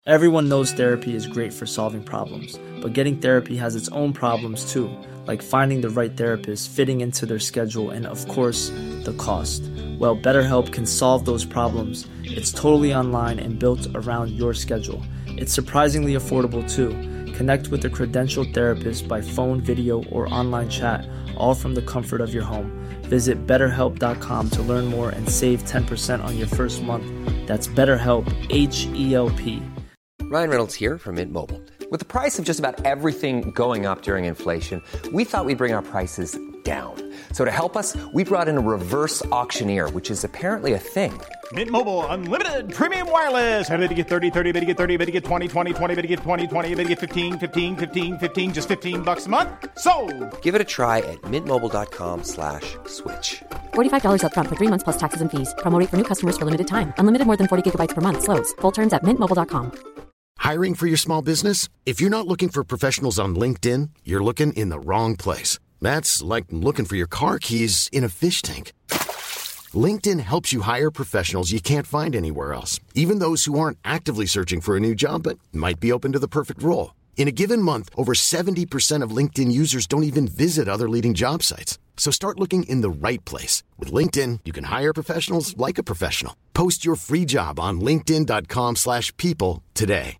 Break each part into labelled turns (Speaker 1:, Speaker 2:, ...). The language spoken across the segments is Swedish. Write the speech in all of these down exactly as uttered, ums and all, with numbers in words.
Speaker 1: Everyone knows therapy is great for solving problems, but getting therapy has its own problems too, like finding the right therapist, fitting into their schedule, and of course, the cost. Well, BetterHelp can solve those problems. It's totally online and built around your schedule. It's surprisingly affordable too. Connect with a credentialed therapist by phone, video, or online chat, all from the comfort of your home. Visit better help dot com to learn more and save ten percent on your first month. That's BetterHelp, H E L P.
Speaker 2: Ryan Reynolds here from Mint Mobile. With the price of just about everything going up during inflation, we thought we'd bring our prices down. So to help us, we brought in a reverse auctioneer, which is apparently a thing.
Speaker 3: Mint Mobile Unlimited Premium Wireless. How to get thirty, thirty, how to get thirty, how to get twenty, twenty, twenty, how to get twenty, twenty, how to get fifteen, fifteen, fifteen, fifteen, just fifteen bucks a month? Sold!
Speaker 2: Give it a try at mintmobile.com slash switch.
Speaker 4: forty-five dollars up front for three months plus taxes and fees. Promo rate for new customers for limited time. Unlimited more than forty gigabytes per month. Slows full terms at mint mobile dot com.
Speaker 5: Hiring for your small business? If you're not looking for professionals on LinkedIn, you're looking in the wrong place. That's like looking for your car keys in a fish tank. LinkedIn helps you hire professionals you can't find anywhere else, even those who aren't actively searching for a new job but might be open to the perfect role. In a given month, over seventy percent of LinkedIn users don't even visit other leading job sites. So start looking in the right place. With LinkedIn, you can hire professionals like a professional. Post your free job on linkedin dot com slash people today.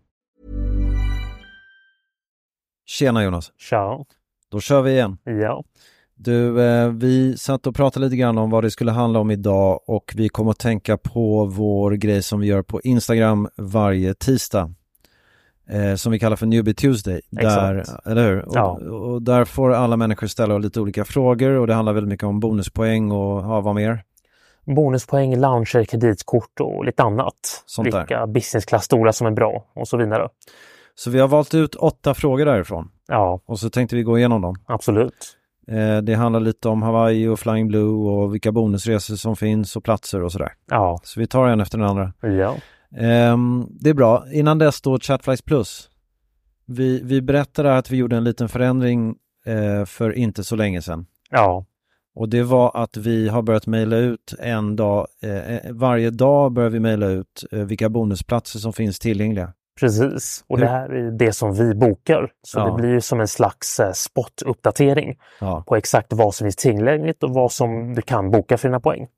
Speaker 6: Tjena Jonas.
Speaker 7: Tja.
Speaker 6: Då kör vi igen.
Speaker 7: Ja.
Speaker 6: Du, eh, vi satt och pratade lite grann om vad det skulle handla om idag och vi kommer att tänka på vår grej som vi gör på Instagram varje tisdag. Eh, som vi kallar för Newbie Tuesday. Där, eller hur? Och,
Speaker 7: ja.
Speaker 6: och där får alla människor ställa lite olika frågor och det handlar väldigt mycket om bonuspoäng och ja, vad mer?
Speaker 7: Bonuspoäng, launcher, kreditkort och lite annat.
Speaker 6: Sånt
Speaker 7: Vilka
Speaker 6: där.
Speaker 7: businessklassstolar som är bra och så vidare.
Speaker 6: Så vi har valt ut åtta frågor därifrån.
Speaker 7: Ja.
Speaker 6: Och så tänkte vi gå igenom dem.
Speaker 7: Absolut.
Speaker 6: Eh, det handlar lite om Hawaii och Flying Blue och vilka bonusresor som finns och platser och sådär.
Speaker 7: Ja.
Speaker 6: Så vi tar en efter den andra.
Speaker 7: Ja.
Speaker 6: Eh, det är bra. Innan dess då Chatflies Plus. Vi, vi berättade att vi gjorde en liten förändring eh, för inte så länge sedan.
Speaker 7: Ja.
Speaker 6: Och det var att vi har börjat mejla ut en dag. Eh, varje dag börjar vi mejla ut eh, vilka bonusplatser som finns tillgängliga.
Speaker 7: Precis, och
Speaker 6: Hur?
Speaker 7: det här är det som vi bokar. Så
Speaker 6: Ja.
Speaker 7: det blir ju som en slags eh, spot-uppdatering
Speaker 6: Ja.
Speaker 7: på exakt vad som finns tillgängligt och vad som du kan boka för dina poäng.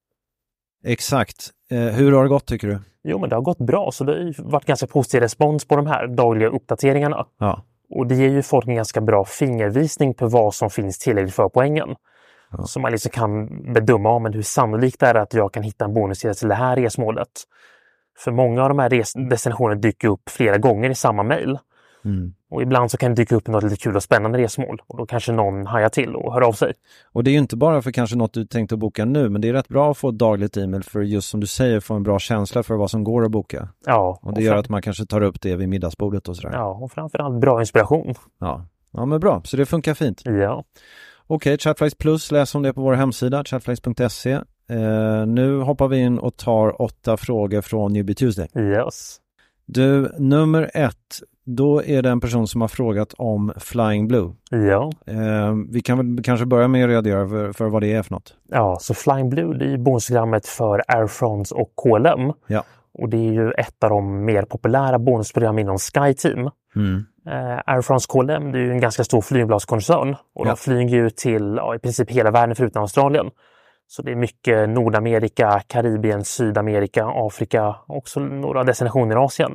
Speaker 6: Exakt. Eh, hur har det gått tycker du?
Speaker 7: Jo, men det har gått bra, så det har ju varit ganska positiv respons på de här dagliga uppdateringarna.
Speaker 6: Ja.
Speaker 7: Och det ger ju folk en ganska bra fingervisning på vad som finns tillgängligt för poängen.
Speaker 6: Ja.
Speaker 7: Så man liksom kan bedöma om hur sannolikt det är att jag kan hitta en bonusresa till det här resmålet. För många av de här res- destinationerna dyker upp flera gånger i samma mejl.
Speaker 6: Mm.
Speaker 7: Och ibland så kan det dyka upp något lite kul och spännande resmål. Och då kanske någon hajar till och hör av sig.
Speaker 6: Och det är ju inte bara för kanske något du tänkte boka nu, men det är rätt bra att få ett dagligt e-mail för just som du säger få en bra känsla för vad som går att boka.
Speaker 7: Ja,
Speaker 6: Och det
Speaker 7: och
Speaker 6: gör
Speaker 7: fram-
Speaker 6: att man kanske tar upp det vid middagsbordet och sådär.
Speaker 7: Ja, och framförallt bra inspiration.
Speaker 6: Ja. Ja, men bra. Så det funkar fint.
Speaker 7: Ja.
Speaker 6: Okej, Chatflies Plus, läs om det på vår hemsida, chatflies punkt se. Eh, nu hoppar vi in och tar åtta frågor från Newbie Tuesday.
Speaker 7: Yes.
Speaker 6: Du, nummer ett, då är det en person som har frågat om Flying Blue.
Speaker 7: Ja.
Speaker 6: Eh, vi kan väl kanske börja med att redogöra för, för vad det är för något.
Speaker 7: Ja, så Flying Blue, det är ju bonusprogrammet för Air France och K L M.
Speaker 6: Ja.
Speaker 7: Och det är ju ett av de mer populära bonusprogram inom SkyTeam.
Speaker 6: Mm.
Speaker 7: Eh, Air France K L M, det är ju en ganska stor flygbolagskoncern. Och
Speaker 6: Ja.
Speaker 7: de flyger ju till ja, i princip hela världen förutom Australien. Så det är mycket Nordamerika, Karibien, Sydamerika, Afrika och också några destinationer i Asien.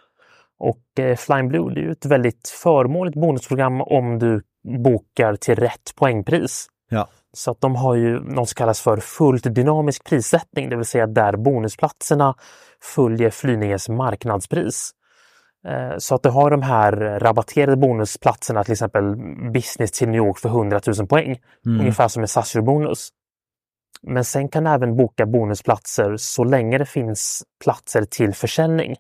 Speaker 7: Och eh, Flying Blue, det är ju ett väldigt förmånligt bonusprogram om du bokar till rätt poängpris.
Speaker 6: Ja.
Speaker 7: Så att de har ju något som kallas för fullt dynamisk prissättning, det vill säga där bonusplatserna följer flygningens marknadspris. Eh, så att du har de här rabatterade bonusplatserna, till exempel business till New York för hundratusen poäng,
Speaker 6: Mm.
Speaker 7: ungefär som en S A S-bonus. Men sen kan även boka bonusplatser så länge det finns platser till försäljning.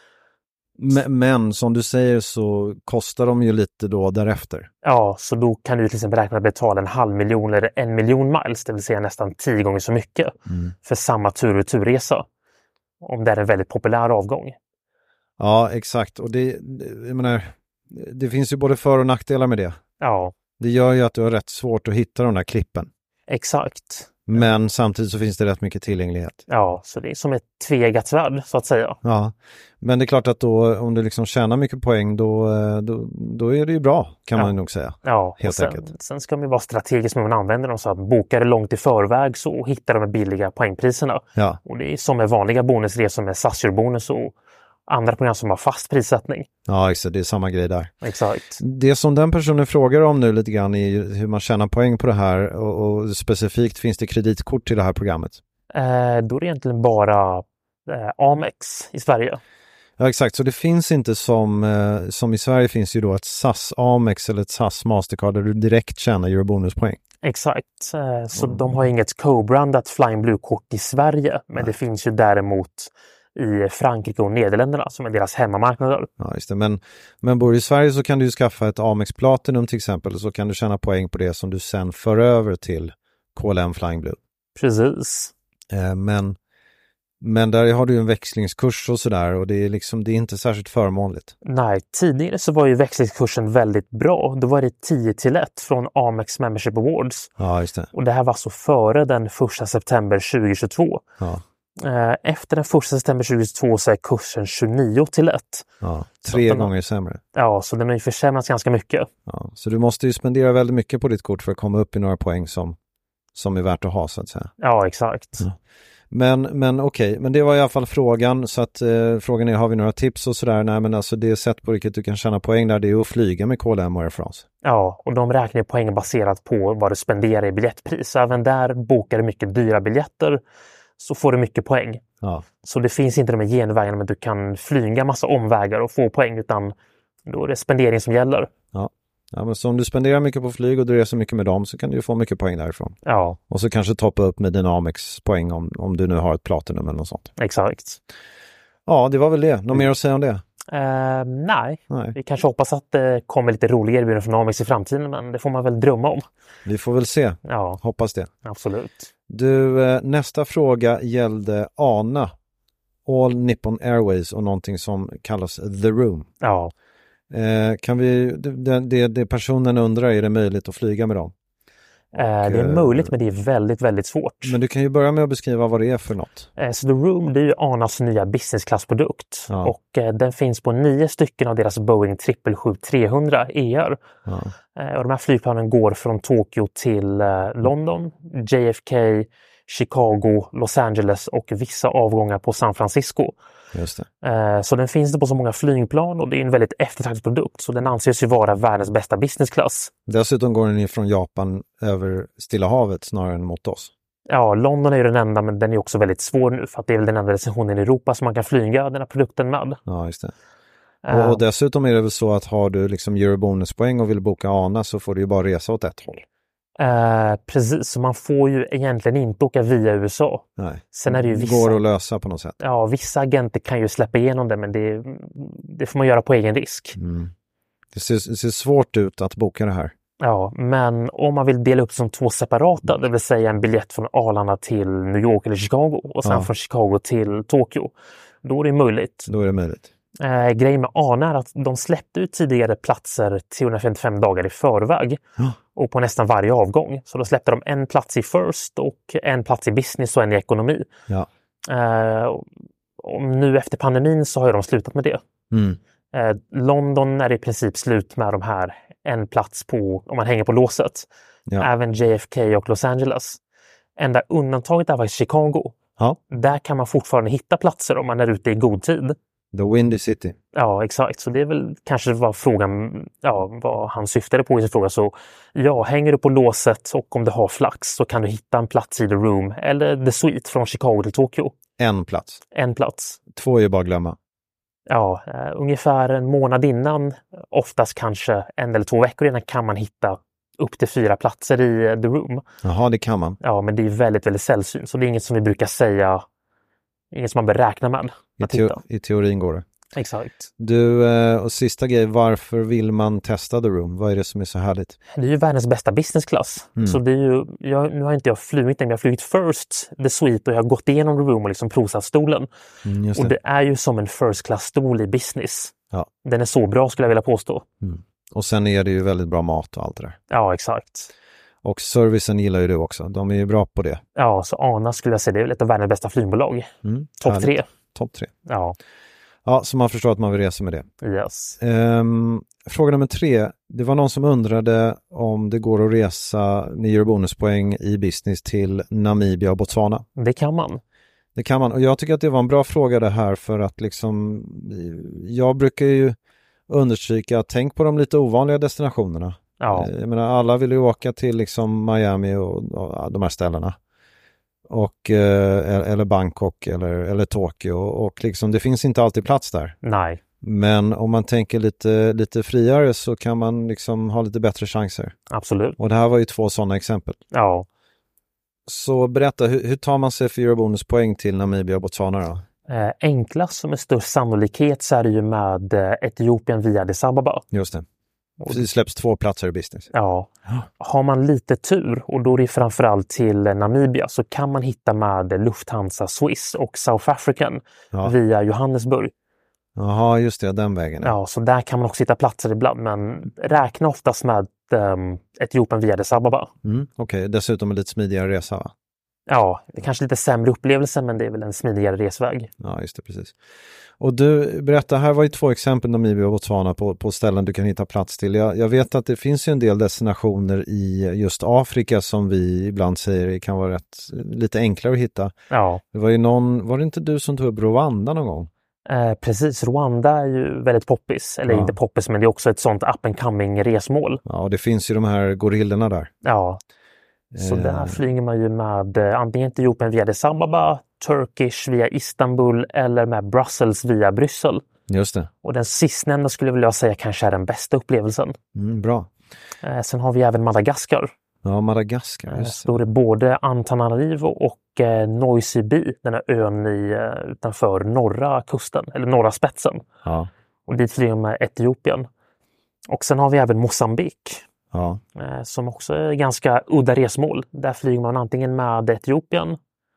Speaker 6: Men, men som du säger så kostar de ju lite då därefter.
Speaker 7: Ja, så då kan du till exempel räkna med att betala en halv miljon eller en miljon miles, det vill säga nästan tio gånger så mycket
Speaker 6: Mm.
Speaker 7: för samma tur- och turresa. Om det är en väldigt populär avgång.
Speaker 6: Ja, exakt. Och det, det- jag menar, det finns ju både för- och nackdelar med det.
Speaker 7: Ja,
Speaker 6: Det gör ju att du har rätt svårt att hitta de där klippen.
Speaker 7: exakt.
Speaker 6: Men samtidigt så finns det rätt mycket tillgänglighet.
Speaker 7: Ja, så det är som ett tveeggat svärd så att säga.
Speaker 6: Ja, men det är klart att då om du liksom tjänar mycket poäng då, då, då är det ju bra kan
Speaker 7: ja.
Speaker 6: man nog säga.
Speaker 7: Ja,
Speaker 6: helt
Speaker 7: sen,
Speaker 6: enkelt.
Speaker 7: Sen ska man ju vara strategisk med hur man använder dem så att bokar det långt i förväg så hittar de billiga poängpriserna.
Speaker 6: Ja.
Speaker 7: Och det är som med vanliga bonusresor med S A S bonus och andra program som har fast prissättning.
Speaker 6: Ja, exakt. Det är samma grej där.
Speaker 7: Exakt.
Speaker 6: Det som den personen frågar om nu lite grann är hur man tjänar poäng på det här och, och specifikt finns det kreditkort till det här programmet?
Speaker 7: Eh, då är det egentligen bara eh, Amex i Sverige.
Speaker 6: Ja, exakt. Så det finns inte som, eh, som i Sverige finns ju då ett S A S Amex eller ett S A S Mastercard där du direkt tjänar eurobonuspoäng.
Speaker 7: Exakt. Eh, så mm. de har inget co-brandat Flying Blue-kort i Sverige, men Nej. det finns ju däremot i Frankrike och Nederländerna som är deras hemmamarknader.
Speaker 6: Ja, just det. Men, men bor du i Sverige så kan du ju skaffa ett Amex Platinum till exempel och så kan du tjäna poäng på det som du sen för över till K L M Flying Blue.
Speaker 7: Precis.
Speaker 6: Eh, men, men där har du ju en växlingskurs och sådär och det är liksom det är inte särskilt förmånligt.
Speaker 7: Nej, tidigare så var ju växlingskursen väldigt bra. Då var det tio till ett från Amex Membership Awards.
Speaker 6: Ja, just det.
Speaker 7: Och det här var så före den första september tjugohundratjugotvå.
Speaker 6: Ja.
Speaker 7: Efter den första september tjugohundratjugotvå så är kursen tjugonio till ett.
Speaker 6: Ja, tre
Speaker 7: den,
Speaker 6: gånger sämre.
Speaker 7: Ja, så den har ju försämrats ganska mycket.
Speaker 6: Ja, så du måste ju spendera väldigt mycket på ditt kort för att komma upp i några poäng som, som är värt att ha så att säga.
Speaker 7: Ja, exakt.
Speaker 6: Ja. Men, men okej, okay. men det var i alla fall frågan så att eh, frågan är, har vi några tips och sådär? Nej, men alltså det sätt på vilket du kan tjäna poäng där det är att flyga med K L M och Air France.
Speaker 7: Ja, och de räknar poäng baserat på vad du spenderar i biljettpris. Även där bokar du mycket dyra biljetter så får du mycket poäng.
Speaker 6: Ja.
Speaker 7: Så det finns inte de här genvägarna men du kan flyga massa omvägar och få poäng utan då är det spendering som gäller.
Speaker 6: Ja. Ja, men så om du spenderar mycket på flyg och du reser mycket med dem så kan du ju få mycket poäng därifrån.
Speaker 7: Ja. Och
Speaker 6: så kanske toppa upp med dina Amex-poäng om, om du nu har ett Platinum eller något sånt.
Speaker 7: Exakt.
Speaker 6: Ja, det var väl det. Något mer att säga om det?
Speaker 7: Uh, nej.
Speaker 6: nej,
Speaker 7: vi kanske hoppas att det kommer lite roligare erbjudanden från Amex i framtiden men det får man väl drömma om.
Speaker 6: Vi får väl se.
Speaker 7: Ja.
Speaker 6: Hoppas det.
Speaker 7: Absolut.
Speaker 6: Du, nästa fråga gällde ANA, All Nippon Airways och någonting som kallas The Room.
Speaker 7: Ja.
Speaker 6: Eh, kan vi, det, det, det personen undrar, är det möjligt att flyga med dem?
Speaker 7: Och, det är möjligt men det är väldigt, väldigt svårt.
Speaker 6: Men du kan ju börja med att beskriva vad det är för något.
Speaker 7: Eh, så The Room, det är ju ANAs nya businessklassprodukt.
Speaker 6: Ja.
Speaker 7: Och eh, den finns på nio stycken av deras Boeing sju sju sju trehundra E R.
Speaker 6: Ja.
Speaker 7: Eh, och de här flygplanen går från Tokyo till eh, London, J F K, Chicago, Los Angeles och vissa avgångar på San Francisco.
Speaker 6: Just det.
Speaker 7: Eh, så den finns det på så många flygplan och det är en väldigt eftertraktad produkt. Så den anses ju vara världens bästa businessklass.
Speaker 6: Dessutom går den från Japan över Stilla havet snarare än mot oss.
Speaker 7: Ja, London är ju den enda men den är också väldigt svår nu för att det är väl den enda destinationen i Europa som man kan flyga den här produkten med.
Speaker 6: Ja, just det.
Speaker 7: Uh,
Speaker 6: och, och dessutom är det väl så att har du liksom eurobonuspoäng och vill boka ANA så får du ju bara resa åt ett håll.
Speaker 7: Uh, precis, så man får ju egentligen inte åka via U S A.
Speaker 6: Nej,
Speaker 7: Sen är det ju vissa,
Speaker 6: går att lösa på något sätt.
Speaker 7: Ja, vissa agenter kan ju släppa igenom det men det, det får man göra på egen risk.
Speaker 6: Mm. Det, ser, det ser svårt ut att boka det här.
Speaker 7: Ja, men om man vill dela upp som två separata, det vill säga en biljett från Arlanda till New York eller Chicago och sen
Speaker 6: ja.
Speaker 7: från Chicago till Tokyo, då är det möjligt.
Speaker 6: Då är det möjligt.
Speaker 7: Eh, grejen med ANA är att de släppte ut tidigare platser trehundrafemtiofem dagar i förväg
Speaker 6: ja.
Speaker 7: och på nästan varje avgång. Så då släppte de en plats i First och en plats i Business och en i ekonomi.
Speaker 6: Ja.
Speaker 7: Eh, och nu efter pandemin så har de slutat med det.
Speaker 6: Mm.
Speaker 7: Eh, London är i princip slut med de här en plats på, om man hänger på låset.
Speaker 6: Ja.
Speaker 7: Även J F K och Los Angeles. Enda undantaget är faktiskt Chicago.
Speaker 6: Ja.
Speaker 7: Där kan man fortfarande hitta platser om man är ute i god tid.
Speaker 6: The Windy City.
Speaker 7: Ja, exakt. Så det är väl kanske vad frågan, ja, vad han syftade på i sin fråga. Så ja, hänger du på låset och om du har flax så kan du hitta en plats i The Room eller The Suite från Chicago till Tokyo.
Speaker 6: En plats.
Speaker 7: En plats.
Speaker 6: Två är ju bara att glömma.
Speaker 7: Ja, uh, ungefär en månad innan, oftast kanske en eller två veckor innan kan man hitta upp till fyra platser i uh, The Room.
Speaker 6: Jaha, det kan man.
Speaker 7: Ja, men det är väldigt, väldigt sällsynt. Så det är inget som vi brukar säga, inget som man bör räkna med.
Speaker 6: I, teo- I teorin går det.
Speaker 7: Exakt.
Speaker 6: Du, och sista grej, varför vill man testa The Room? Vad är det som är så härligt?
Speaker 7: Det är ju världens bästa businessklass. Mm. Så det är ju, jag, nu har inte jag flugit den, men jag har flugit First, The Suite och jag har gått igenom The Room och liksom prosat stolen.
Speaker 6: Mm, just det.
Speaker 7: Och det är ju som en first class-stol i business.
Speaker 6: Ja.
Speaker 7: Den är så bra skulle jag vilja påstå.
Speaker 6: Mm. Och sen är det ju väldigt bra mat och allt det där.
Speaker 7: Ja, exakt.
Speaker 6: Och servicen gillar ju du också. De är ju bra på det.
Speaker 7: Ja, så ANA skulle jag säga, det är väl ett av världens bästa flygbolag.
Speaker 6: Mm,
Speaker 7: Topp tre.
Speaker 6: Topp tre.
Speaker 7: Ja.
Speaker 6: Ja, så man förstår att man vill resa med det.
Speaker 7: Yes.
Speaker 6: Um, fråga nummer tre. Det var någon som undrade om det går att resa med eurobonuspoäng i business till Namibia och Botswana.
Speaker 7: Det kan man.
Speaker 6: Det kan man. Och jag tycker att det var en bra fråga det här, för att liksom, jag brukar ju understryka att tänk på de lite ovanliga destinationerna.
Speaker 7: Ja.
Speaker 6: Jag menar, alla vill ju åka till liksom Miami och, och de här ställena. Och, eh, eller Bangkok eller, eller Tokyo. Och liksom, det finns inte alltid plats där.
Speaker 7: Nej.
Speaker 6: Men om man tänker lite, lite friare så kan man liksom ha lite bättre chanser.
Speaker 7: Absolut.
Speaker 6: Och det här var ju två sådana exempel.
Speaker 7: Ja.
Speaker 6: Så berätta, hur, hur tar man sig för eurobonuspoäng till Namibia och Botswana då?
Speaker 7: Eh, enklast och med störst sannolikhet så är det ju med eh, Etiopien via Addis Ababa.
Speaker 6: Just det. Det släpps två platser i business.
Speaker 7: Ja. Har man lite tur, och då är det framförallt till Namibia, så kan man hitta med Lufthansa Swiss och South African
Speaker 6: Ja.
Speaker 7: via Johannesburg.
Speaker 6: Jaha, just det, den vägen.
Speaker 7: Ja, så där kan man också hitta platser ibland, men räkna oftast med um, Etiopien via Addis Ababa.
Speaker 6: Mm, Okej, okay. Dessutom en lite smidigare resa, va?
Speaker 7: Ja, det är kanske lite sämre upplevelse, men det är väl en smidigare resväg.
Speaker 6: Ja, just det, precis. Och du, berätta, här var ju två exempel, Namibia och Botswana, på, på ställen du kan hitta plats till. Jag, jag vet att det finns ju en del destinationer i just Afrika som vi ibland säger kan vara rätt, lite enklare att hitta.
Speaker 7: Ja.
Speaker 6: Det var ju någon, var det inte du som tog upp Rwanda någon gång?
Speaker 7: Eh, precis, Rwanda är ju väldigt poppis, eller
Speaker 6: Ja.
Speaker 7: inte poppis, men det är också ett sånt up and coming resmål.
Speaker 6: Ja, och det finns ju de här gorillorna där.
Speaker 7: Ja, så
Speaker 6: Eh.
Speaker 7: där flyger man ju med eh, antingen Etiopien via Addis Ababa, Turkish via Istanbul eller med Brussels via Bryssel.
Speaker 6: Just det.
Speaker 7: Och den sistnämnda skulle jag vilja säga kanske är den bästa upplevelsen.
Speaker 6: Mm, bra.
Speaker 7: Eh, sen har vi även Madagaskar.
Speaker 6: Ja, Madagaskar,
Speaker 7: Eh,
Speaker 6: just
Speaker 7: så då är det både Antananarivo och eh, Noisy Be, den här ön i, eh, utanför norra kusten, eller norra spetsen.
Speaker 6: Ja.
Speaker 7: Och dit flyger man med Etiopien. Och sen har vi även Mosambik.
Speaker 6: Ja.
Speaker 7: Eh, som också är ganska udda resmål. Där flyger man antingen med Etiopien,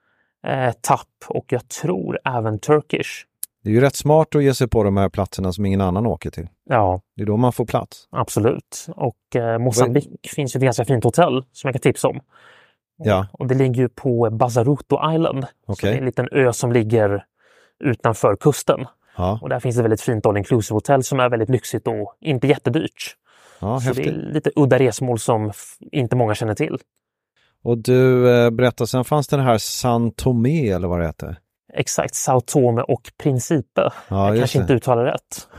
Speaker 7: eh, T A P och jag tror även Turkish.
Speaker 6: Det är ju rätt smart att ge sig på de här platserna som ingen annan åker till.
Speaker 7: Ja,
Speaker 6: Det är då man får plats.
Speaker 7: absolut. Och eh, Mosambik finns ju ett ganska fint hotell som jag kan tipsa om.
Speaker 6: Ja.
Speaker 7: Och det ligger ju på Bazaruto Island. Så
Speaker 6: Okej.
Speaker 7: det är en liten ö som ligger utanför kusten.
Speaker 6: Ja,
Speaker 7: Och där finns det väldigt fint all inclusive hotell som är väldigt lyxigt och inte jättedyrt.
Speaker 6: ja,
Speaker 7: Så det är
Speaker 6: häftigt.
Speaker 7: lite udda resmål som f- inte många känner till.
Speaker 6: Och du eh, berättar, sen fanns det här San Tomé eller vad det heter.
Speaker 7: Exakt, Sao Tome och Principe.
Speaker 6: Ja,
Speaker 7: jag
Speaker 6: just
Speaker 7: kanske
Speaker 6: det.
Speaker 7: inte uttalar rätt.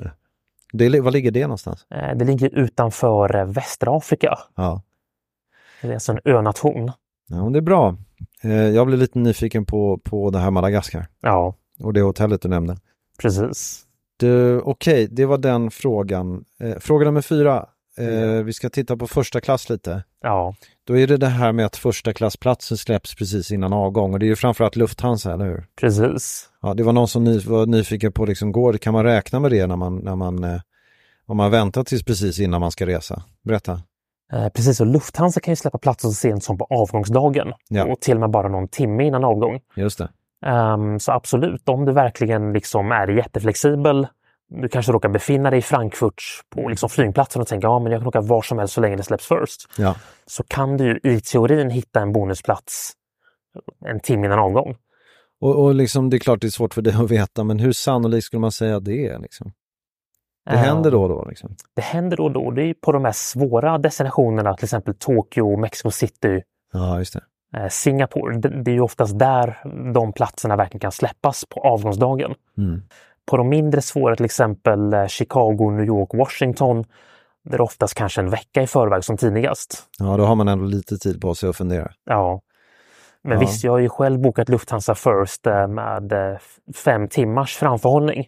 Speaker 6: Det, var ligger det någonstans?
Speaker 7: Eh, Det ligger utanför eh, västra Afrika.
Speaker 6: Ja.
Speaker 7: Det är alltså en önation.
Speaker 6: Ja, men det är bra. Eh, jag blev lite nyfiken på, på det här Madagaskar
Speaker 7: Ja,
Speaker 6: och det hotellet du nämnde.
Speaker 7: precis.
Speaker 6: Du, okej, det var den frågan. Eh, fråga nummer fyra. Eh, vi ska titta på första klass lite.
Speaker 7: Ja,
Speaker 6: Då är det det här med att första klassplatsen släpps precis innan avgång. Och det är ju framförallt Lufthansa, eller hur?
Speaker 7: precis.
Speaker 6: Ja, det var någon som ny, var nyfiken på liksom, går, kan man räkna med det när man, när man, eh, om man väntar tills precis innan man ska resa? Berätta.
Speaker 7: Eh, precis, och Lufthansa kan ju släppa platser så sent som på avgångsdagen.
Speaker 6: Ja.
Speaker 7: Och till och med bara någon timme innan avgång.
Speaker 6: Just det.
Speaker 7: Ehm, så absolut, om du verkligen liksom är jätteflexibel, du kanske råkar befinna dig i Frankfurt på liksom flygplatsen och tänka ja, men jag kan åka var som helst så länge det släpps först.
Speaker 6: Ja.
Speaker 7: Så kan du ju i teorin hitta en bonusplats en timme innan avgång.
Speaker 6: Och, och liksom, det är klart det är svårt för dig att veta, men hur sannolikt skulle man säga att det är? Liksom? Det
Speaker 7: Ehm,
Speaker 6: händer då och då? Liksom.
Speaker 7: Det händer då och då. Det är på de här svåra destinationerna, till exempel Tokyo, Mexico City,
Speaker 6: Ja, just det.
Speaker 7: eh, Singapore. Det, det är ju oftast där de platserna verkligen kan släppas på avgångsdagen.
Speaker 6: Mm.
Speaker 7: På de mindre svåra, till exempel eh, Chicago, New York, Washington, där det oftast kanske en vecka i förväg som tidigast.
Speaker 6: Ja, då har man ändå lite tid på sig att fundera.
Speaker 7: Ja. Men
Speaker 6: Ja.
Speaker 7: visst, jag har ju själv bokat Lufthansa First eh, med eh, fem timmars framförhållning.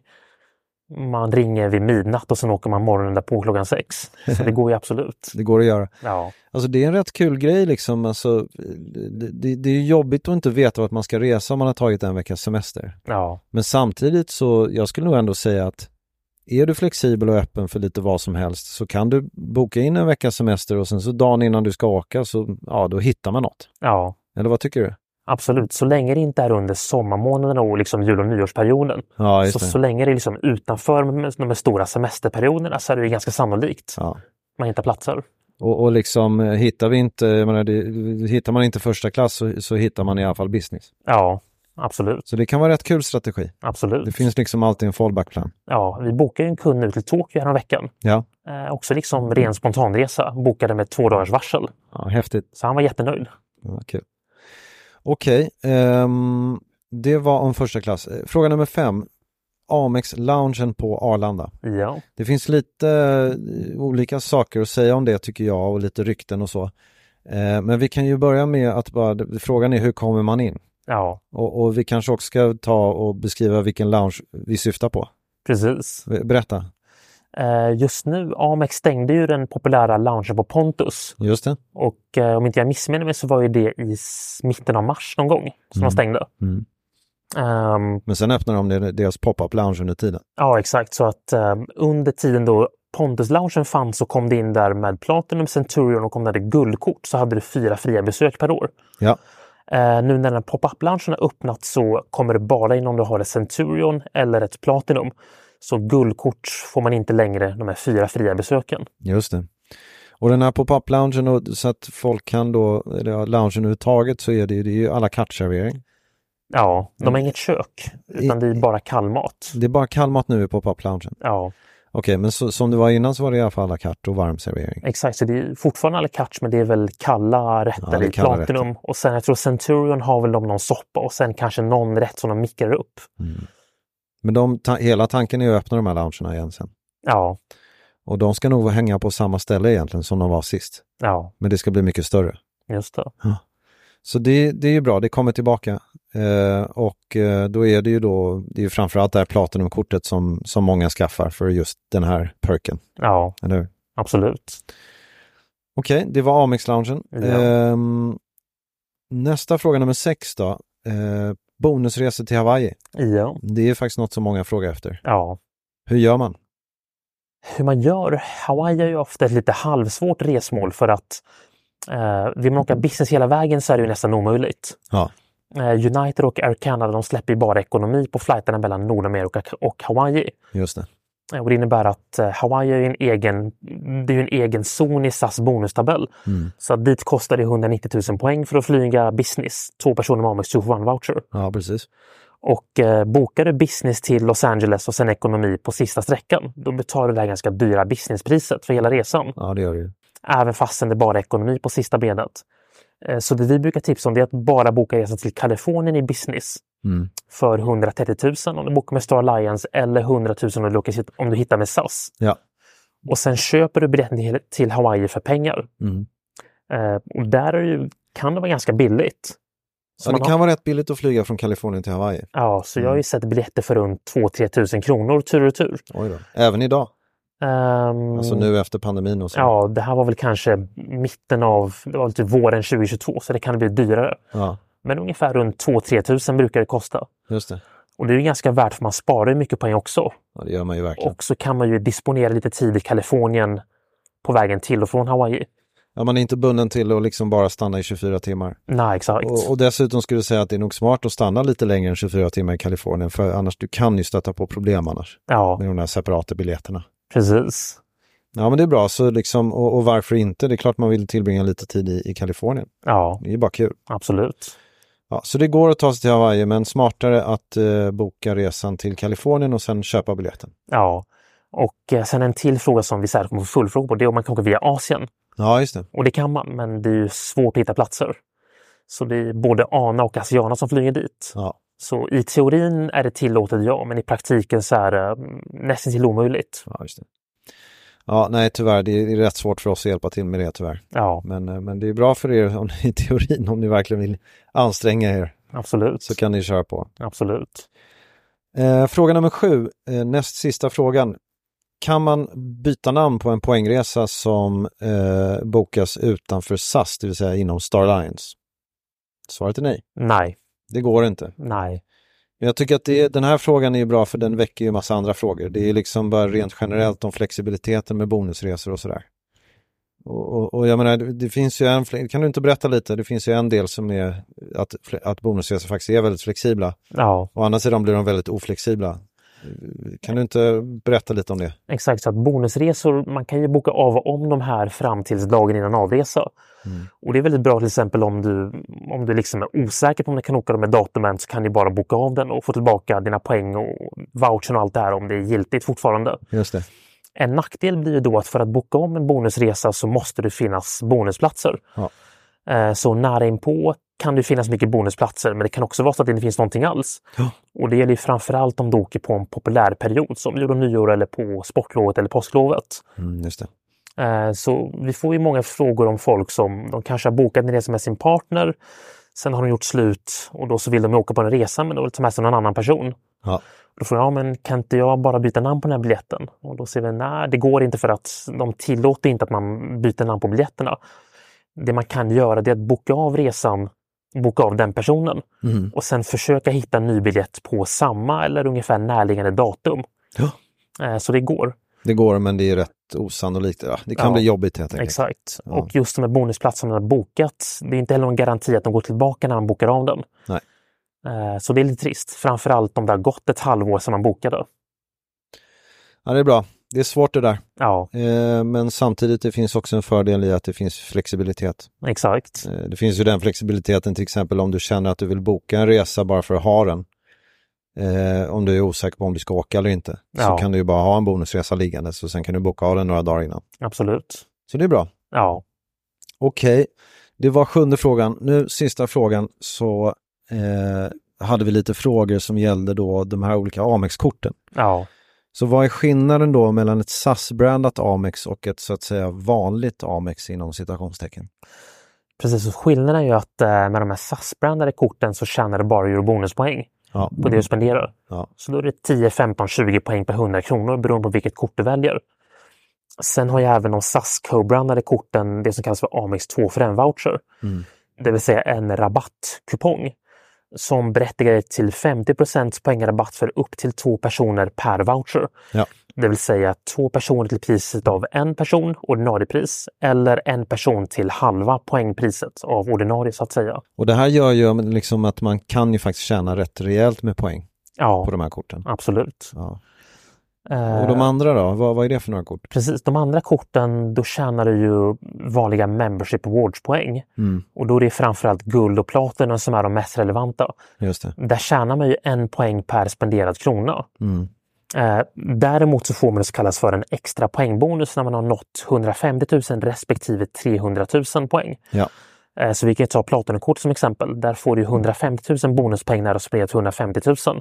Speaker 7: Man ringer vid midnatt och sen åker man morgonen där på klockan sex. Så det går ju absolut.
Speaker 6: Det går att göra.
Speaker 7: Ja,
Speaker 6: Alltså det är en rätt kul grej liksom. Alltså, det, det, det är ju jobbigt att inte veta vart man ska resa om man har tagit en veckas semester.
Speaker 7: ja,
Speaker 6: Men samtidigt så, jag skulle nog ändå säga att är du flexibel och öppen för lite vad som helst så kan du boka in en veckas semester och sen så dagen innan du ska åka så, ja, då hittar man något.
Speaker 7: ja.
Speaker 6: Eller vad tycker du?
Speaker 7: Absolut, så länge det inte är under sommarmånaderna och liksom jul- och nyårsperioden.
Speaker 6: Ja, just
Speaker 7: Så,
Speaker 6: det.
Speaker 7: så länge det är liksom utanför de, de stora semesterperioderna så är det ju ganska sannolikt
Speaker 6: Ja.
Speaker 7: man hittar platser.
Speaker 6: Och, och liksom hittar vi inte, jag menar, det, hittar man inte första klass så, så hittar man i alla fall business.
Speaker 7: Ja, absolut.
Speaker 6: Så det kan vara rätt kul strategi.
Speaker 7: Absolut.
Speaker 6: Det finns liksom alltid en fallback-plan.
Speaker 7: Ja, vi bokade en kund nu till Tokyo här en veckan.
Speaker 6: Ja.
Speaker 7: Eh, också liksom ren spontanresa. Bokade med två dagars varsel.
Speaker 6: Ja, häftigt.
Speaker 7: Så han var jättenöjd.
Speaker 6: Ja, kul. Okej, um, det var om första klass. Fråga nummer fem. Amex-loungen på Arlanda.
Speaker 7: Ja.
Speaker 6: Det finns lite uh, olika saker att säga om det tycker jag och lite rykten och så. Uh, men vi kan ju börja med att bara, frågan är hur kommer man in?
Speaker 7: Ja.
Speaker 6: Och, och vi kanske också ska ta och beskriva vilken lounge vi syftar på.
Speaker 7: Precis.
Speaker 6: Berätta.
Speaker 7: Uh, just nu, Amex stängde ju den populära loungen på Pontus.
Speaker 6: Just det.
Speaker 7: Och uh, om inte jag missminner mig så var ju det i mitten av mars någon gång som
Speaker 6: Mm.
Speaker 7: de stängde.
Speaker 6: Mm.
Speaker 7: Um,
Speaker 6: Men sen öppnar de deras pop-up lounge under tiden.
Speaker 7: Ja, exakt. Så att um, under tiden då Pontus-loungen fanns så kom det in där med Platinum, Centurion och om det hade guldkort så hade du fyra fria besök per år.
Speaker 6: Ja.
Speaker 7: Uh, nu när den pop-up-loungen har öppnat så kommer det bara in om du har ett Centurion eller ett Platinum. Så guldkort får man inte längre de här fyra fria besöken.
Speaker 6: Just det. Och den här pop-up loungen och, så att folk kan då, eller loungen överhuvudtaget så är det, det är ju alla kartservering.
Speaker 7: Ja, de har inget kök utan det är bara kallmat.
Speaker 6: Det är bara kallmat nu i pop-up loungen.
Speaker 7: Ja.
Speaker 6: Okej, men så, som det var innan så var det i alla fall alla kart och varmservering.
Speaker 7: Exakt, så det är fortfarande alla karts men det är väl kalla rätter
Speaker 6: Ja, det är
Speaker 7: i
Speaker 6: kalla
Speaker 7: Platinum.
Speaker 6: rätter.
Speaker 7: Och sen jag tror Centurion har väl de någon soppa och sen kanske någon rätt som de mikrar upp.
Speaker 6: Mm. Men de, ta, hela tanken är att öppna de här loungerna igen sen.
Speaker 7: Ja,
Speaker 6: Och de ska nog hänga på samma ställe egentligen som de var sist.
Speaker 7: ja,
Speaker 6: Men det ska bli mycket större.
Speaker 7: just det.
Speaker 6: Så det, det är ju bra, det kommer tillbaka. Eh, och eh, då är det ju då, det är ju framförallt det här Platinum-kortet som, som många skaffar för just den här perken.
Speaker 7: Ja,
Speaker 6: Eller hur?
Speaker 7: absolut.
Speaker 6: Okej, det var Amex-loungen.
Speaker 7: Ja.
Speaker 6: Eh, nästa fråga nummer sex då. Eh, bonusresor till Hawaii.
Speaker 7: Ja,
Speaker 6: Det är faktiskt något som många frågar efter.
Speaker 7: ja.
Speaker 6: Hur gör man?
Speaker 7: Hur man gör? Hawaii är ju ofta ett lite halvsvårt resmål för att eh, vill man åka business hela vägen så är det ju nästan omöjligt.
Speaker 6: Ja,
Speaker 7: Eh, United och Air Canada de släpper ju bara ekonomi på flighterna mellan Nordamerika och Hawaii.
Speaker 6: just det.
Speaker 7: Eh, Och det innebär att eh, Hawaii är ju en egen, det är ju en egen zon i S A S bonustabell.
Speaker 6: Mm.
Speaker 7: Så att dit kostar det hundranittio tusen poäng för att flyga business. Två personer med Amex two for one voucher.
Speaker 6: Ja, precis.
Speaker 7: Och eh, bokar du business till Los Angeles och sen ekonomi på sista sträckan, då betalar du det här ganska dyra businesspriset för hela resan.
Speaker 6: Ja, det gör det ju.
Speaker 7: Även fastän det bara är ekonomi på sista benet. Eh, så det vi brukar tipsa om det är att bara boka resan till Kalifornien i business
Speaker 6: Mm.
Speaker 7: för hundratrettio tusen om du bokar med Star Alliance eller hundra tusen om du, åker, om du hittar med S A S.
Speaker 6: Ja.
Speaker 7: Och sen köper du biljetten till, till Hawaii för pengar.
Speaker 6: Mm.
Speaker 7: Eh, och där är det ju, kan det vara ganska billigt. Så
Speaker 6: Ja, det
Speaker 7: man
Speaker 6: kan
Speaker 7: har,
Speaker 6: vara rätt billigt att flyga från Kalifornien till Hawaii.
Speaker 7: ja, så jag har ju sett biljetter för runt två till tre tusen kronor tur och tur.
Speaker 6: Oj då. Även idag.
Speaker 7: Um,
Speaker 6: Alltså nu efter pandemin och så.
Speaker 7: Ja, det här var väl kanske mitten av, det var lite våren tjugohundratjugotvå så det kan bli dyrare.
Speaker 6: Ja,
Speaker 7: Men ungefär runt två till tre tusen brukar det kosta.
Speaker 6: just det.
Speaker 7: Och det är ju ganska värt för man sparar ju mycket poäng också.
Speaker 6: Ja, det gör man ju verkligen.
Speaker 7: Och så kan man ju disponera lite tid i Kalifornien på vägen till och från Hawaii.
Speaker 6: Ja, man är inte bunden till att liksom bara stanna i tjugofyra timmar.
Speaker 7: Nej, exakt.
Speaker 6: Och, och dessutom skulle jag säga att det är nog smart att stanna lite längre än tjugofyra timmar i Kalifornien. För annars du kan ju stöta på problem annars.
Speaker 7: Ja,
Speaker 6: Med de här separata biljetterna.
Speaker 7: precis.
Speaker 6: Ja, men det är bra. Så liksom, och, och varför inte? Det är klart man vill tillbringa lite tid i, i Kalifornien.
Speaker 7: Ja,
Speaker 6: Det är bara kul.
Speaker 7: absolut.
Speaker 6: Ja, så det går att ta sig till Hawaii, men smartare att eh, boka resan till Kalifornien och sen köpa biljetten.
Speaker 7: Ja, och eh, sen en till fråga som vi säkert kommer få fullfråga på, det är om man kan åka via Asien.
Speaker 6: Ja, just det.
Speaker 7: Och det kan man, men det är ju svårt att hitta platser. Så det är både ANA och Asiana som flyger dit.
Speaker 6: Ja,
Speaker 7: Så i teorin är det tillåtet, ja, men i praktiken så är det mm, nästan till omöjligt.
Speaker 6: ja just det. Ja, nej tyvärr, det är rätt svårt för oss att hjälpa till med det tyvärr.
Speaker 7: Ja,
Speaker 6: Men, eh, men det är bra för er om, i teorin, om ni verkligen vill anstränga er,
Speaker 7: absolut.
Speaker 6: så kan ni köra på.
Speaker 7: Absolut.
Speaker 6: Eh, fråga nummer sju, eh, näst sista frågan. Kan man byta namn på en poängresa som eh, bokas utanför S A S, det vill säga inom Star Alliance? Svaret är nej.
Speaker 7: Nej,
Speaker 6: Det går inte.
Speaker 7: nej.
Speaker 6: Men jag tycker att det, den här frågan är ju bra för den väcker ju en massa andra frågor. Det är liksom bara rent generellt om flexibiliteten med bonusresor och sådär. Och, och, och jag menar, det, det finns ju en, kan du inte berätta lite? Det finns ju en del som är att, att bonusresor faktiskt är väldigt flexibla.
Speaker 7: Ja,
Speaker 6: Å andra sidan blir de väldigt oflexibla. Kan du inte berätta lite om det?
Speaker 7: Exakt, så att bonusresor, man kan ju boka av om de här fram till dagen innan avresa. Mm. Och det är väldigt bra till exempel om du, om du liksom är osäker på om du kan åka de här datumen, så kan du bara boka av den och få tillbaka dina poäng och vouchern och allt det här om det är giltigt fortfarande.
Speaker 6: Just det.
Speaker 7: En nackdel blir ju då att för att boka om en bonusresa så måste det finnas bonusplatser.
Speaker 6: Ja.
Speaker 7: Så nära inpå kan det finnas mycket bonusplatser, men det kan också vara så att det inte finns någonting alls.
Speaker 6: Ja.
Speaker 7: Och det gäller ju framförallt om du åker på en populär period som jul och nyår eller på sportlovet eller påsklovet.
Speaker 6: Mm, just det.
Speaker 7: Så vi får ju många frågor om folk som de kanske har bokat en resa med sin partner, sen har de gjort slut och då så vill de åka på en resa men då vill de ta med sig någon annan person.
Speaker 6: Ja.
Speaker 7: Då frågar jag, ja, men kan inte jag bara byta namn på den här biljetten? Och då säger vi, nej det går inte för att de tillåter inte att man byter namn på biljetterna. Det man kan göra det är att boka av resan, boka av den personen
Speaker 6: mm.
Speaker 7: och sen försöka hitta en ny biljett på samma eller ungefär närliggande datum.
Speaker 6: Ja.
Speaker 7: Så det går.
Speaker 6: Det går, men det är rätt osannolikt. Ja, det kan
Speaker 7: ja,
Speaker 6: bli jobbigt helt enkelt.
Speaker 7: Exakt.
Speaker 6: Ja.
Speaker 7: Och just de här bonusplatserna man har bokat, det är inte heller någon garanti att de går tillbaka när man bokar av den.
Speaker 6: Nej.
Speaker 7: Så det är lite trist. Framförallt om det har gått ett halvår sedan man bokade.
Speaker 6: Ja, det är bra. Det är svårt det där.
Speaker 7: Ja.
Speaker 6: Eh, men samtidigt det finns också en fördel i att det finns flexibilitet.
Speaker 7: Exakt.
Speaker 6: Eh, det finns ju den flexibiliteten till exempel om du känner att du vill boka en resa bara för att ha den. Eh, om du är osäker på om du ska åka eller inte. Ja. Så kan du ju bara ha en bonusresa liggande så sen kan du boka av den några dagar innan.
Speaker 7: Absolut.
Speaker 6: Så det är bra.
Speaker 7: Ja.
Speaker 6: Okej. Okay. Det var sjunde frågan. Nu sista frågan så eh, hade vi lite frågor som gällde då de här olika Amex-korten.
Speaker 7: Ja. Så
Speaker 6: vad är skillnaden då mellan ett S A S-brandat Amex och ett så att säga vanligt Amex inom citationstecken?
Speaker 7: Precis, så skillnaden är ju att eh, med de här S A S-brandade korten så tjänar det bara eurobonuspoäng
Speaker 6: ja.
Speaker 7: på det du spenderar.
Speaker 6: Ja.
Speaker 7: Så då är det tio, femton, tjugo poäng per hundra kronor beroende på vilket kort du väljer. Sen har jag även de S A S co-brandade korten, det som kallas för Amex två för en voucher.
Speaker 6: Mm.
Speaker 7: Det vill säga en rabattkupong som berättigar till femtio procent poängrabatt för upp till två personer per voucher.
Speaker 6: Ja.
Speaker 7: Det vill säga två personer till priset av en person, ordinarie pris, eller en person till halva poängpriset av ordinarie så att säga.
Speaker 6: Och det här gör ju liksom att man kan ju faktiskt tjäna rätt rejält med poäng
Speaker 7: ja,
Speaker 6: på de här korten.
Speaker 7: Absolut.
Speaker 6: Ja. Och de andra då? Vad, vad är det för några kort?
Speaker 7: Precis, de andra korten då tjänar du ju vanliga membership awards-poäng.
Speaker 6: Mm.
Speaker 7: Och då är det framförallt guld och platina som är de mest relevanta.
Speaker 6: Just det.
Speaker 7: Där tjänar man ju en poäng per spenderad krona.
Speaker 6: Mm.
Speaker 7: Eh, däremot så får man det som kallas för en extra poängbonus när man har nått hundrafemtio tusen respektive trehundra tusen poäng.
Speaker 6: Ja.
Speaker 7: Eh, så vi kan ta platinakort som exempel. Där får du hundrafemtio tusen bonuspoäng när du har spenderat hundrafemtio tusen.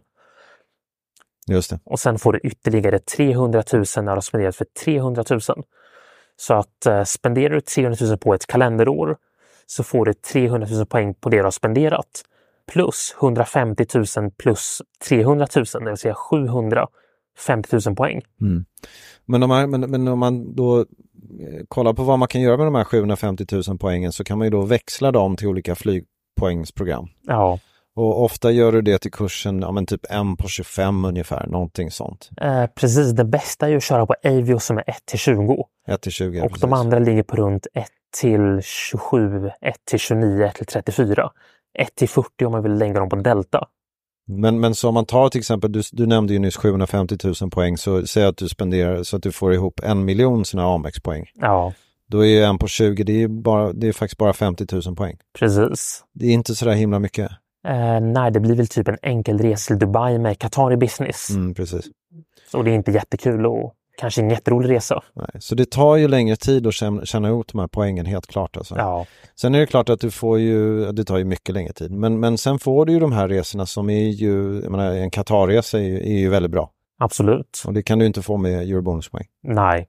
Speaker 6: Just det.
Speaker 7: Och sen får du ytterligare trehundra tusen när du har spenderat för trehundra tusen. Så att eh, spenderar du trehundra tusen på ett kalenderår så får du trehundra tusen poäng på det du har spenderat. Plus hundrafemtio tusen plus trehundra tusen, det vill säga sjuhundrafemtio tusen poäng.
Speaker 6: Mm. Men, de här, men, men om man då eh, kollar på vad man kan göra med de här sjuhundrafemtio tusen poängen så kan man ju då växla dem till olika flygpoängsprogram.
Speaker 7: Ja.
Speaker 6: Och ofta gör du det till kursen, ja men typ en på tjugofem ungefär, någonting sånt.
Speaker 7: Eh, precis, det bästa är ju att köra på Avio som är ett till tjugo.
Speaker 6: ett till tjugo,
Speaker 7: Och
Speaker 6: precis.
Speaker 7: de andra ligger på runt ett till tjugosju, ett till tjugonio, ett till trettiofyra. ett till fyrtio om man vill lägga dem på Delta.
Speaker 6: Men, men så om man tar till exempel, du, du nämnde ju nyss sjuhundrafemtio tusen poäng, så säg att du spenderar så att du får ihop en miljon såna Amex-poäng.
Speaker 7: Ja.
Speaker 6: Då är ju en på tjugo, det är, bara, det är faktiskt bara femtio tusen poäng.
Speaker 7: Precis.
Speaker 6: Det är inte så där himla mycket.
Speaker 7: Eh, nej, det blir väl typ en enkel resa till Dubai med Qatari Business.
Speaker 6: Mm, precis.
Speaker 7: Så det är inte jättekul och kanske en jätterolig resa.
Speaker 6: Nej, så det tar ju längre tid att känna, känna ut de här poängen, helt klart. Alltså.
Speaker 7: Ja.
Speaker 6: Sen är det klart att du får ju, det tar ju mycket längre tid. Men, men sen får du ju de här resorna som är ju, jag menar, en Qatar-resa är ju, är ju väldigt bra.
Speaker 7: Absolut.
Speaker 6: Och det kan du inte få med eurobonuspoäng.
Speaker 7: Nej.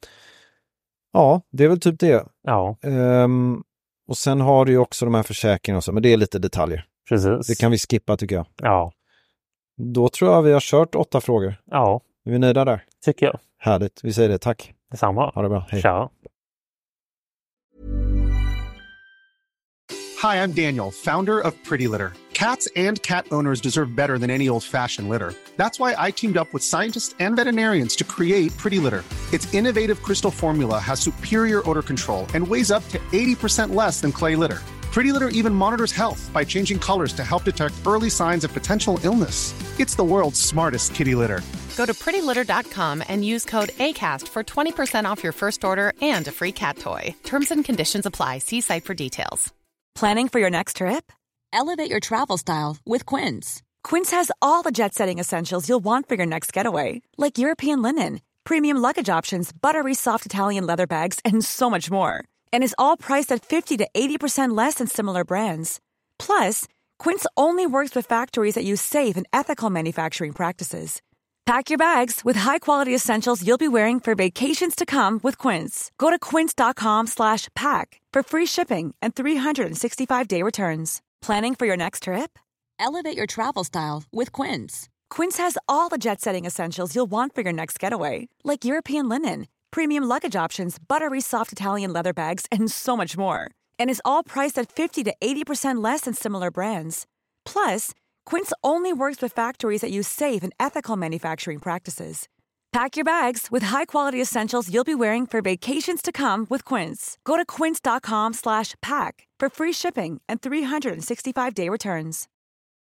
Speaker 6: Ja, det är väl typ det.
Speaker 7: Ja.
Speaker 6: Um, och sen har du ju också de här försäkringarna och så, men det är lite detaljer.
Speaker 7: Precis.
Speaker 6: Det kan vi skippa tycker jag.
Speaker 7: Ja.
Speaker 6: Då tror jag vi har kört åtta frågor.
Speaker 7: Ja.
Speaker 6: Är vi nöjda där?
Speaker 7: Tycker jag.
Speaker 6: Härligt. Vi säger det. Tack.
Speaker 7: Detsamma.
Speaker 6: Ha det bra. Hej.
Speaker 7: Ciao.
Speaker 8: Hi, I'm Daniel, founder of Pretty Litter. Cats and cat owners deserve better than any old-fashioned litter. That's why I teamed up with scientists and veterinarians to create Pretty Litter. Its innovative crystal formula has superior odor control and weighs up to eighty percent less than clay litter. Pretty Litter even monitors health by changing colors to help detect early signs of potential illness. It's the world's smartest kitty litter.
Speaker 9: Go to pretty litter dot com and use code ACAST for twenty percent off your first order and a free cat toy. Terms and conditions apply. See site for details.
Speaker 10: Planning for your next trip? Elevate your travel style with Quince. Quince has all the jet-setting essentials you'll want for your next getaway, like European linen, premium luggage options, buttery soft Italian leather bags, and so much more. And is all priced at fifty to eighty percent less than similar brands. Plus, Quince only works with factories that use safe and ethical manufacturing practices. Pack your bags with high-quality essentials you'll be wearing for vacations to come with Quince. Go to quince.com slash pack for free shipping and three sixty-five day returns. Planning for your next trip? Elevate your travel style with Quince. Quince has all the jet-setting essentials you'll want for your next getaway, like European linen, premium luggage options, buttery soft Italian leather bags, and so much more. And is all priced at fifty to eighty percent less than similar brands. Plus, Quince only works with factories that use safe and ethical manufacturing practices. Pack your bags with high-quality essentials you'll be wearing for vacations to come with Quince. Go to quince.com slash pack for free shipping and three sixty-five day returns.